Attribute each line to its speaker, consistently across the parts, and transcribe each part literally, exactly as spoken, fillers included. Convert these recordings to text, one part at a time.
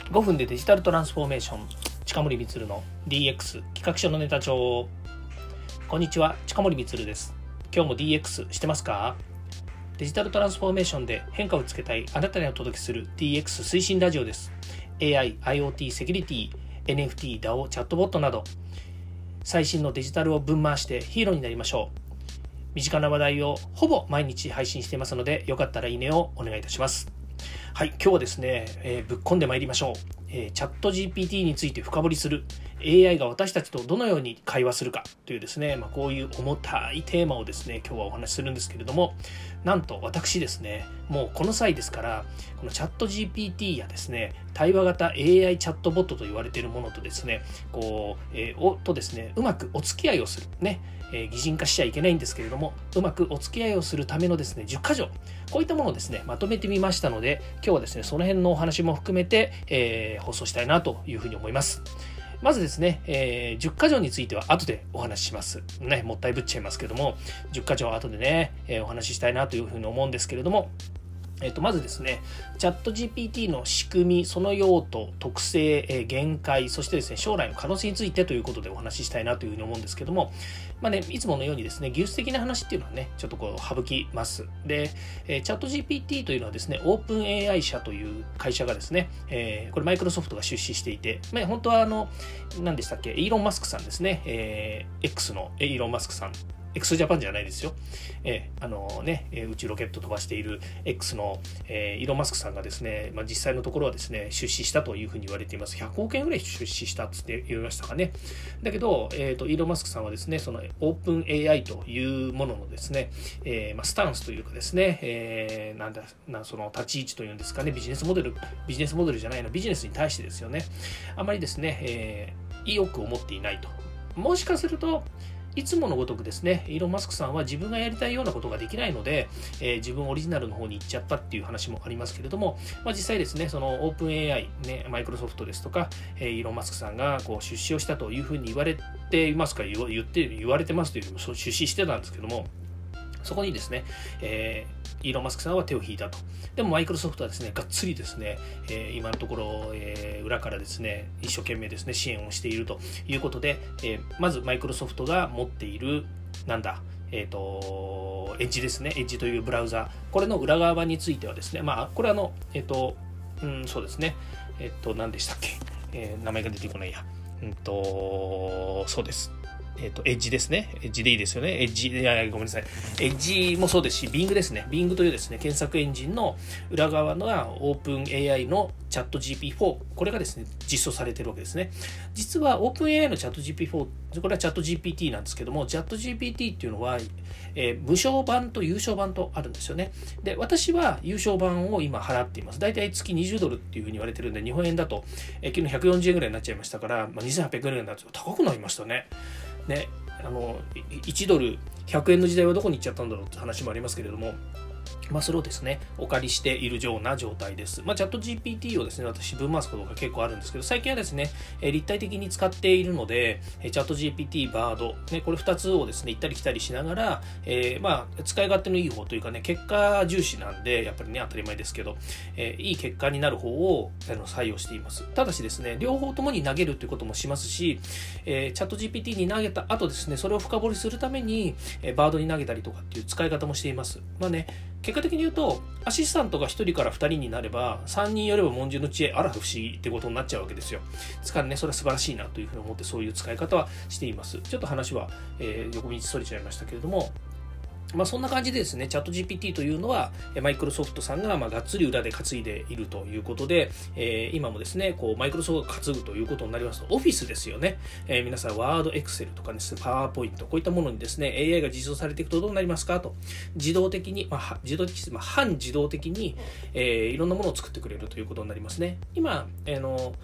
Speaker 1: ごふんでデジタルトランスフォーメーション、近森光の ディーエックス 企画書のネタ帳。こんにちは、近森光です。今日も ディーエックス してますか？デジタルトランスフォーメーションで変化をつけたいあなたにお届けする ディーエックス 推進ラジオです。 エーアイ、IoT、セキュリティ、エヌエフティー、ダオ、チャットボットなど最新のデジタルをぶん回してヒーローになりましょう。身近な話題をほぼ毎日配信していますので、よかったらいいねをお願いいたします。はい、今日はですね、えー、ぶっ込んでまいりましょう。えー、チャット ジーピーティー について深掘りする エーアイ が私たちとどのように会話するかというですね、まあ、こういう重たいテーマをですね、今日はお話しするんですけれども、なんと私ですね、もうこの際ですから、このチャット ジーピーティー やですね、対話型 エーアイ チャットボットと言われているものとですね、こう、えー、おとですね、うまくお付き合いをするね、えー、擬人化しちゃいけないんですけれども、うまくお付き合いをするためのですね、じゅっかじょう、こういったものをですね、まとめてみましたので、今日はですね、その辺のお話も含めて、えー、放送したいなというふうに思います。まずですね、えー、じゅっかじょうについては後でお話しします。ね、もったいぶっちゃいますけども、じゅっかじょう後でね、えー、お話ししたいなというふうに思うんですけれども、えっと、まずですね、チャット ジーピーティー の仕組み、その用途、特性、えー、限界、そしてですね、将来の可能性についてということでお話ししたいなというふうに思うんですけども、まあね、いつものようにですね、技術的な話っていうのはね、ちょっとこう省きます。で、えー、チャット ジーピーティー というのはですね、オープン エーアイ 社という会社がですね、えー、これマイクロソフトが出資していて、まあ、本当はあの、何でしたっけ、イーロン・マスクさんですね、えー、X のイーロン・マスクさん、X ジャパンじゃないですよ。えー、あのね、宇宙ロケット飛ばしている X の、えー、イーロン・マスクさんがですね、まあ、実際のところはですね、出資したというふうに言われています。ひゃくおくえんぐらい出資したって言いましたかね。だけど、えーと、イーロン・マスクさんはですね、そのオープン エーアイ というもののですね、えーまあ、スタンスというかですね、えー、なんだな、その立ち位置というんですかね、ビジネスモデル、ビジネスモデルじゃないの、ビジネスに対してですよね、あまりですね、えー、意欲を持っていないと。もしかすると、いつものごとくですね、イーロン・マスクさんは自分がやりたいようなことができないので、えー、自分オリジナルの方に行っちゃったっていう話もありますけれども、まあ、実際ですね、そのオープン エーアイ、ね、マイクロソフトですとか、えー、イーロン・マスクさんがこう出資をしたというふうに言われていますか、言って言われてますというよりも、そう出資してたんですけども、そこにですね、えー、イーロン・マスクさんは手を引いたと。でもマイクロソフトはですね、がっつりですね、えー、今のところ、えー、裏からですね、一生懸命ですね、支援をしているということで、えー、まずマイクロソフトが持っている、なんだ、えっと、エッジですね、エッジというブラウザ、これの裏側についてはですね、まあ、これあの、えっと、うん、そうですね、えっと、何でしたっけ、えー、名前が出てこないや、うんと、そうです。えっと、エッジですね。エッジでいいですよね。エッジ、いやいや、ごめんなさい。エッジもそうですし、Bing ですね。Bing というですね、検索エンジンの裏側のオープン エーアイ のチャット ジーピーフォー、これがですね、実装されているわけですね。実はオープン エーアイ のチャット ジーピーフォー、これはチャット ジーピーティー なんですけども、チャット ジーピーティー っていうのは、えー、無償版と有償版とあるんですよね。で、私は有償版を今払っています。だいたい月にじゅうドルっていうふうに言われてるんで、日本円だと、えー、昨日ひゃくよんじゅうえんぐらいになっちゃいましたから、まあ、にせんはっぴゃくえんぐらいになると高くなりましたね。ね、あのいちドルひゃくえんの時代はどこに行っちゃったんだろうって話もありますけれども、まあ、それをですね、お借りしているような状態です。まあ、チャット ジーピーティー をですね、私分回すことが結構あるんですけど、最近はですね、立体的に使っているので、チャット ジーピーティー、バード、ね、これふたつをですね、行ったり来たりしながら、えー、まあ、使い勝手のいい方というかね、結果重視なんで、やっぱりね、当たり前ですけど、えー、いい結果になる方をあの採用しています。ただしですね、両方ともに投げるということもしますし、えー、チャット ジーピーティー に投げた後ですね、それを深掘りするために、えー、バードに投げたりとかっていう使い方もしています。まあね、結果的に言うと、アシスタントがひとりからふたりになれば、さんにんよれば文殊の知恵、あら不思議ってことになっちゃうわけですよ。ですからね、それは素晴らしいなというふうに思って、そういう使い方はしています。ちょっと話は、えー、横道それちゃいましたけれども、まあ、そんな感じでですね、チャット ジーピーティー というのは、マイクロソフトさんがまあがっつり裏で担いでいるということで、えー、今もですね、こうマイクロソフトが担ぐということになりますと、オフィスですよね。えー、皆さん、ワード、エクセルとかですね、パワーポイント、こういったものにですね、エーアイ が実装されていくとどうなりますかと、自動的に、まあ、自動的、まあ、半自動的に、えー、いろんなものを作ってくれるということになりますね。今、あの、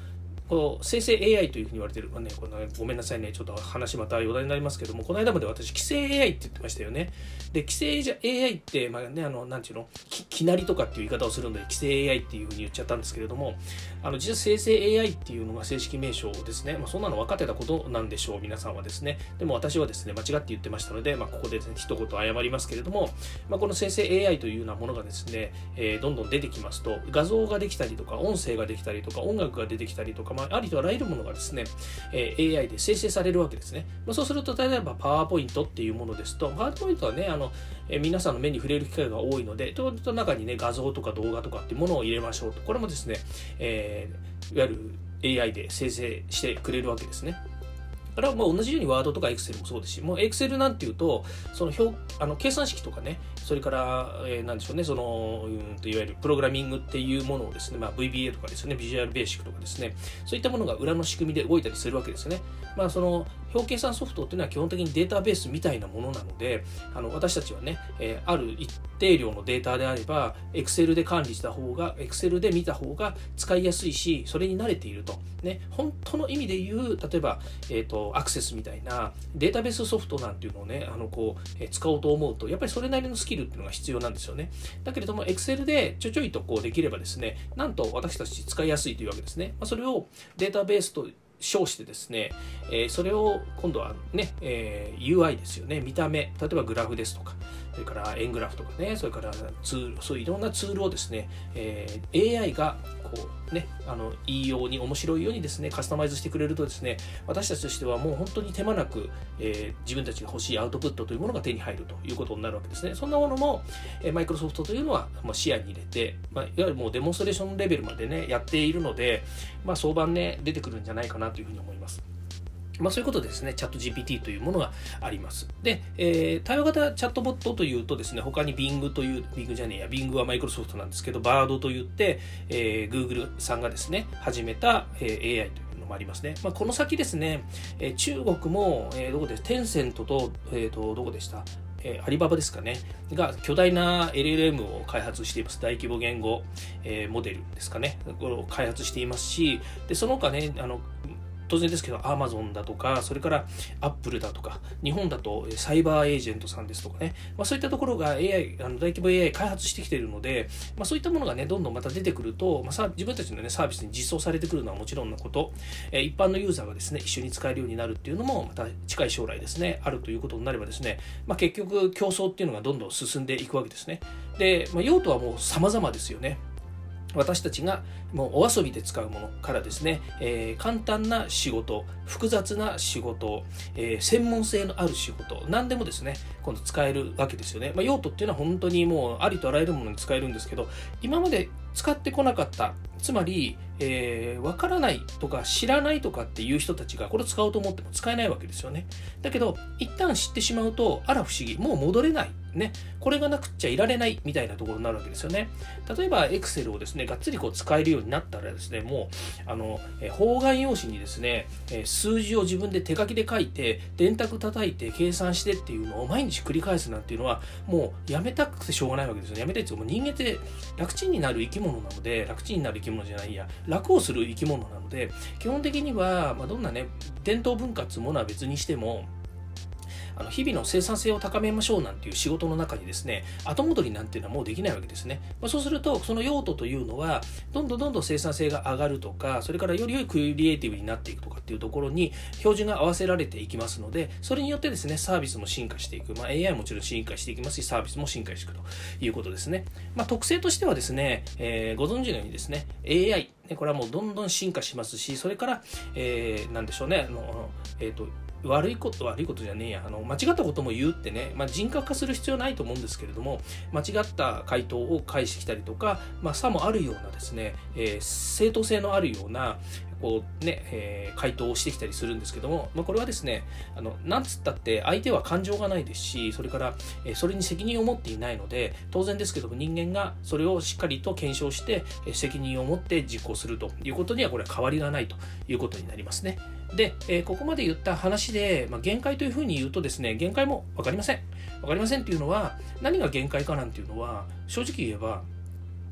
Speaker 1: こう生成 エーアイ というふうに言われてる、まあね、このごめんなさいね、ちょっと話また余談になりますけども、この間まで私、規制 エーアイ って言ってましたよね。で、規制 エーアイ って、まあね、あの、なんていうの、き、きなりとかっていう言い方をするので、規制 エーアイ っていうふうに言っちゃったんですけれども、あの、実は生成 エーアイ っていうのが正式名称ですね。まあ、そんなの分かってたことなんでしょう、皆さんはですね。でも私はですね、間違って言ってましたので、まあ、ここで、ね、一言謝りますけれども、まあ、この生成 エーアイ というようなものがですね、えー、どんどん出てきますと、画像ができたりとか、音声ができたりとか、音楽が出てきたりとか、まあ、ありとあらゆるものがですね、えー、エーアイ で生成されるわけですね。まあ、そうすると、例えばパワーポイントっていうものですと、パワーポイントはね、あの、えー、皆さんの目に触れる機会が多いので、とと中にね、画像とか動画とかっていうものを入れましょうと。これもですね、えー、いわゆる エーアイ で生成してくれるわけですね。これはもう同じようにワードとか Excel もそうですし、もう Excel なんていうと、その表、あの計算式とかね、それから、えー、なんでしょうね、その、うんといわゆるプログラミングっていうものをですね、まあ、ブイビーエー とかですね、ビジュアルベーシックとかですね、そういったものが裏の仕組みで動いたりするわけですね。まあ、その表計算ソフトっていうのは基本的にデータベースみたいなものなので、あの私たちはね、えー、ある一定量のデータであれば、Excel で管理した方が、Excel で見た方が使いやすいし、それに慣れていると。ね、本当の意味で言う、例えば、えーと、アクセスみたいなデータベースソフトなんていうのをね、あのこう、えー、使おうと思うと、やっぱりそれなりのスキルっていうのが必要なんですよね。だけれども、Excel でちょちょいとこうできればですね、なんと私たち使いやすいというわけですね。まあ、それをデータベースと称してですね、えー、それを今度はね、えー、ユーアイ ですよね、見た目、例えばグラフですとか、それから円グラフとかね、それからツール、そういういろんなツールをですね、えー、エーアイ がこうね、あのいいように面白いようにですね、カスタマイズしてくれるとですね、私たちとしてはもう本当に手間なく、えー、自分たちが欲しいアウトプットというものが手に入るということになるわけですね。そんなものも、えー、マイクロソフトというのは、まあ、視野に入れて、まあ、いわゆるもうデモンストレーションレベルまでね、やっているので、まあ、相場ね、出てくるんじゃないかなというふうに思います。まあ、そういうことでですね、チャット ジーピーティー というものがあります。で、えー、対話型チャットボットというとですね、他に Bing という、Bing じゃねえや、Bing はマイクロソフトなんですけど、Bard といって、えー、Google さんがですね、始めた、えー、エーアイ というのもありますね。まあ、この先ですね、えー、中国も、えー、どこで、テンセントと、えーと、どこでしたえー、アリババですかね、が巨大な エルエルエム を開発しています。大規模言語、えー、モデルですかね、これを開発していますし、でその他ね、あの当然ですけど Amazon だとか、それから Apple だとか、日本だとサイバーエージェントさんですとかね、まあ、そういったところが エーアイ、あの大規模 エーアイ 開発してきているので、まあ、そういったものがね、どんどんまた出てくると、まあ、さ自分たちの、ね、サービスに実装されてくるのはもちろんのこと、えー、一般のユーザーがですね、一緒に使えるようになるっていうのも、また近い将来ですね、あるということになればですね、まあ、結局競争っていうのがどんどん進んでいくわけですね。で、まあ、用途はもう様々ですよね。私たちがもうお遊びで使うものからですね、えー、簡単な仕事、複雑な仕事、えー、専門性のある仕事、何でもですね、今度使えるわけですよね。まあ、用途っていうのは本当にもうありとあらゆるものに使えるんですけど、今まで使ってこなかった、つまり、えー、分からないとか知らないとかっていう人たちがこれを使おうと思っても使えないわけですよね。だけど一旦知ってしまうと、あら不思議、もう戻れないね、これがなくっちゃいられないみたいなところになるわけですよね。例えば Excel をですね、がっつりこう使えるようになったらですね、もうあの方眼用紙にですね、数字を自分で手書きで書いて、電卓叩いて計算してっていうのを毎日繰り返すなんていうのはもうやめたくてしょうがないわけですよね。やめたいっていうか、もう人間って楽ちんになる生き物なので、楽ちんになる生き物じゃないや、楽をする生き物なので、基本的には、まあ、どんなね伝統文化っていうものは別にしても、あの日々の生産性を高めましょうなんていう仕事の中にですね、後戻りなんていうのはもうできないわけですね。まあ、そうするとその用途というのはどんどんどんどん生産性が上がるとか、それからより良いクリエイティブになっていくとかっていうところに標準が合わせられていきますので、それによってですね、サービスも進化していく、まあ、エーアイ ももちろん進化していきますし、サービスも進化していくということですね。まあ、特性としてはですね、えー、ご存知のようにですね、エーアイ、これはもうどんどん進化しますし、それから、えー、なんでしょうね、あの、えーと悪いこと悪いことじゃねえや、あの間違ったことも言うってね、まあ、人格化する必要ないと思うんですけれども、間違った回答を返してきたりとか、まあ、さもあるようなですね、えー、正当性のあるようなこうね、えー、回答をしてきたりするんですけども、まあ、これはですね、あのなんつったって相手は感情がないですし、それから、えー、それに責任を持っていないので、当然ですけども人間がそれをしっかりと検証して、えー、責任を持って実行するということにはこれは変わりがないということになりますね。で、えー、ここまで言った話で、まあ、限界というふうに言うとですね、限界も分かりません。分かりませんっていうのは、何が限界かなんていうのは、正直言えば、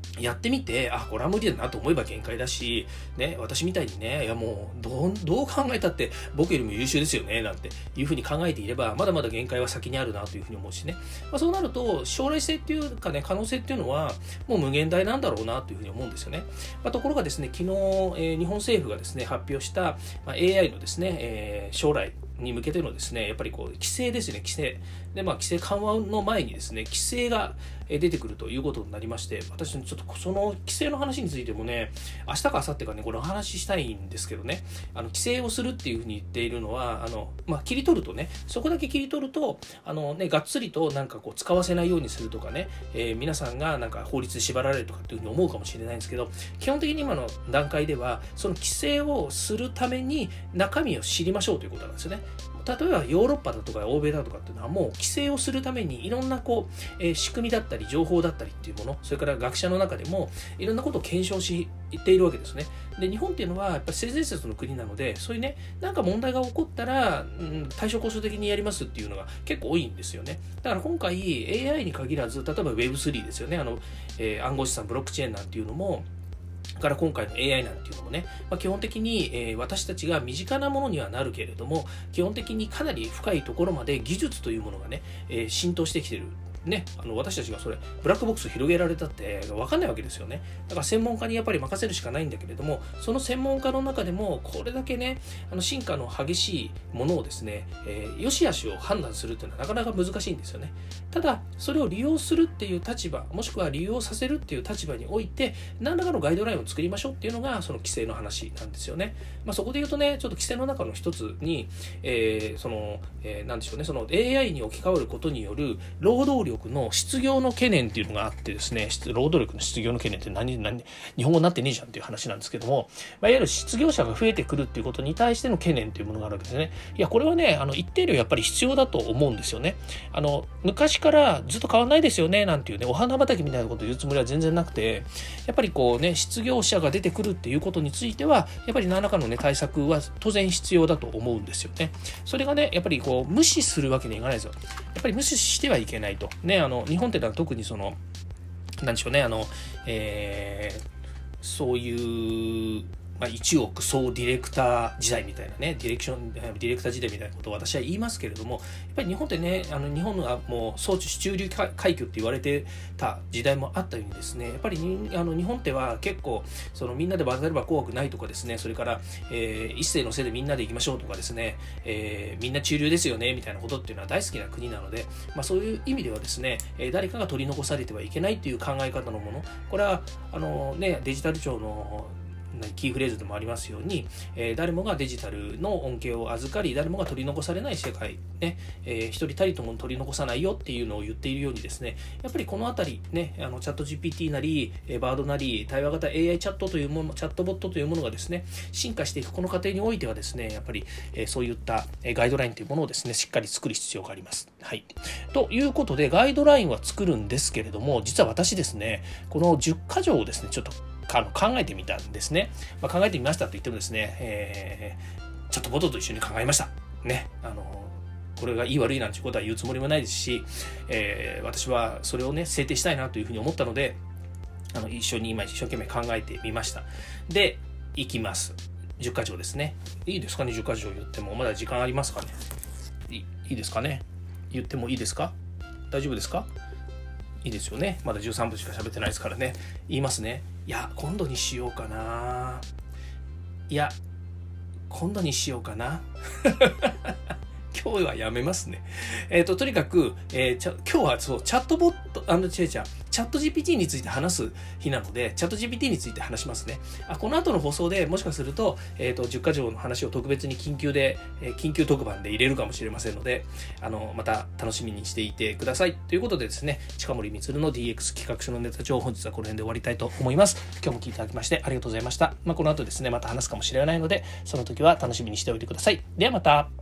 Speaker 1: やってみて、あ、これは無理だなと思えば限界だし、ね、私みたいにね、いやもう、どう、どう考えたって僕よりも優秀ですよね、なんていうふうに考えていれば、まだまだ限界は先にあるなというふうに思うしね。まあ、そうなると、将来性っていうかね、可能性っていうのは、もう無限大なんだろうなというふうに思うんですよね。まあ、ところがですね、昨日、えー、日本政府がですね、発表した、まあ、エーアイ のですね、えー、将来、に向けてのですね、やっぱりこう規制ですね、規制で、まあ規制緩和の前にですね、規制が出てくるということになりまして、私ちょっとその規制の話についてもね、明日か明後日かね、これお話ししたいんですけどね、あの規制をするっていうふうに言っているのは、あのまあ切り取るとね、そこだけ切り取ると、あのね、がっつりとなんかこう使わせないようにするとかね、えー、皆さんがなんか法律で縛られるとかっていうふうに思うかもしれないんですけど、基本的に今の段階では、その規制をするために中身を知りましょうということなんですよね。例えばヨーロッパだとか欧米だとかっていうのはもう規制をするためにいろんなこう、えー、仕組みだったり情報だったりっていうもの、それから学者の中でもいろんなことを検証しているわけですね。で、日本っていうのはやっぱり性善説の国なので、そういうね、なんか問題が起こったら、うん、対処交渉的にやりますっていうのが結構多いんですよね。だから今回 エーアイ に限らず、例えば ウェブスリー ですよね、あの、えー、暗号資産ブロックチェーンなんていうのも、から今回の エーアイ なんていうのもね、まあ、基本的に、えー、私たちが身近なものにはなるけれども、基本的にかなり深いところまで技術というものがね、えー、浸透してきてる。ね、あの私たちがそれブラックボックス広げられたって分かんないわけですよね。だから専門家にやっぱり任せるしかないんだけれども、その専門家の中でもこれだけね、あの進化の激しいものをですね、えー、良し悪しを判断するっていうのはなかなか難しいんですよね。ただそれを利用するっていう立場、もしくは利用させるっていう立場において何らかのガイドラインを作りましょうっていうのがその規制の話なんですよね。まあ、そこで言うとね、ちょっと規制の中の一つに、えー、その、えー、なんでしょうね、その エーアイ に置き換わることによる労働力の失業の懸念っていうのがあってですね、労働力の失業の懸念って何、何、日本語になってねえじゃんっていう話なんですけども、まあ、いわゆる失業者が増えてくるっていうことに対しての懸念っていうものがあるわけですね。いや、これはね、あの一定量やっぱり必要だと思うんですよね。あの、昔からずっと変わらないですよね、なんていうね、お花畑みたいなことを言うつもりは全然なくて、やっぱりこうね、失業者が出てくるっていうことについては、やっぱり何らかのね、対策は当然必要だと思うんですよね。それがね、やっぱりこう、無視するわけにはいかないですよ。やっぱり無視してはいけないと。ね、あの、日本ってのは特にその、なんでしょうね、あの、えー、そういう、まあ、一億総ディレクター時代みたいなね、ディレクション、ディレクター時代みたいなことを私は言いますけれども、やっぱり日本ってね、あの日本はもう総中中流階級って言われてた時代もあったようにですね、やっぱりにあの日本っては結構、そのみんなで渡れば怖くないとかですね、それから、えー、一斉のせいでみんなで行きましょうとかですね、えー、みんな中流ですよね、みたいなことっていうのは大好きな国なので、まあ、そういう意味ではですね、誰かが取り残されてはいけないという考え方のもの、これはあの、ね、デジタル庁のキーフレーズでもありますように、えー、誰もがデジタルの恩恵を預かり、誰もが取り残されない世界、ね、えー、一人たりとも取り残さないよっていうのを言っているようにですね、やっぱりこのあたり、ね、あのチャット ジーピーティー なり、バードなり、対話型 エーアイ チャットというもの、チャットボットというものがですね、進化していくこの過程においてはですね、やっぱり、えー、そういったガイドラインというものをですね、しっかり作る必要があります。はい。ということで、ガイドラインは作るんですけれども、実は私ですね、このじゅっか条をですね、ちょっとあの考えてみたんですね。まあ、考えてみましたと言ってもですね、えー、ちょっとボトと一緒に考えました。ね。あの、これがいい悪いなんていうことは言うつもりもないですし、えー、私はそれをね、制定したいなというふうに思ったので、あの、一緒に今一生懸命考えてみました。で、いきます。じゅっか条ですね。いいですかね、じゅっか条言っても。まだ時間ありますかね。いい、いいですかね。言ってもいいですか？大丈夫ですか？いいですよね。まだじゅうさんぷんしか喋ってないですからね。言いますね。いや、今度にしようかな。いや、今度にしようかな。今日はやめますね。えっと、とにかく、えー、ちゃ今日はそう、チャットボット、あの、違う違う、チャット ジーピーティー について話す日なので、チャット ジーピーティー について話しますね。あ、この後の放送でもしかすると、えっと、じゅっか条の話を特別に緊急で、えー、緊急特番で入れるかもしれませんので、あの、また楽しみにしていてください。ということでですね、近森光の ディーエックス 企画書のネタ帳、本日はこの辺で終わりたいと思います。今日も聞いていただきましてありがとうございました。まあ、この後ですね、また話すかもしれないので、その時は楽しみにしておいてください。ではまた。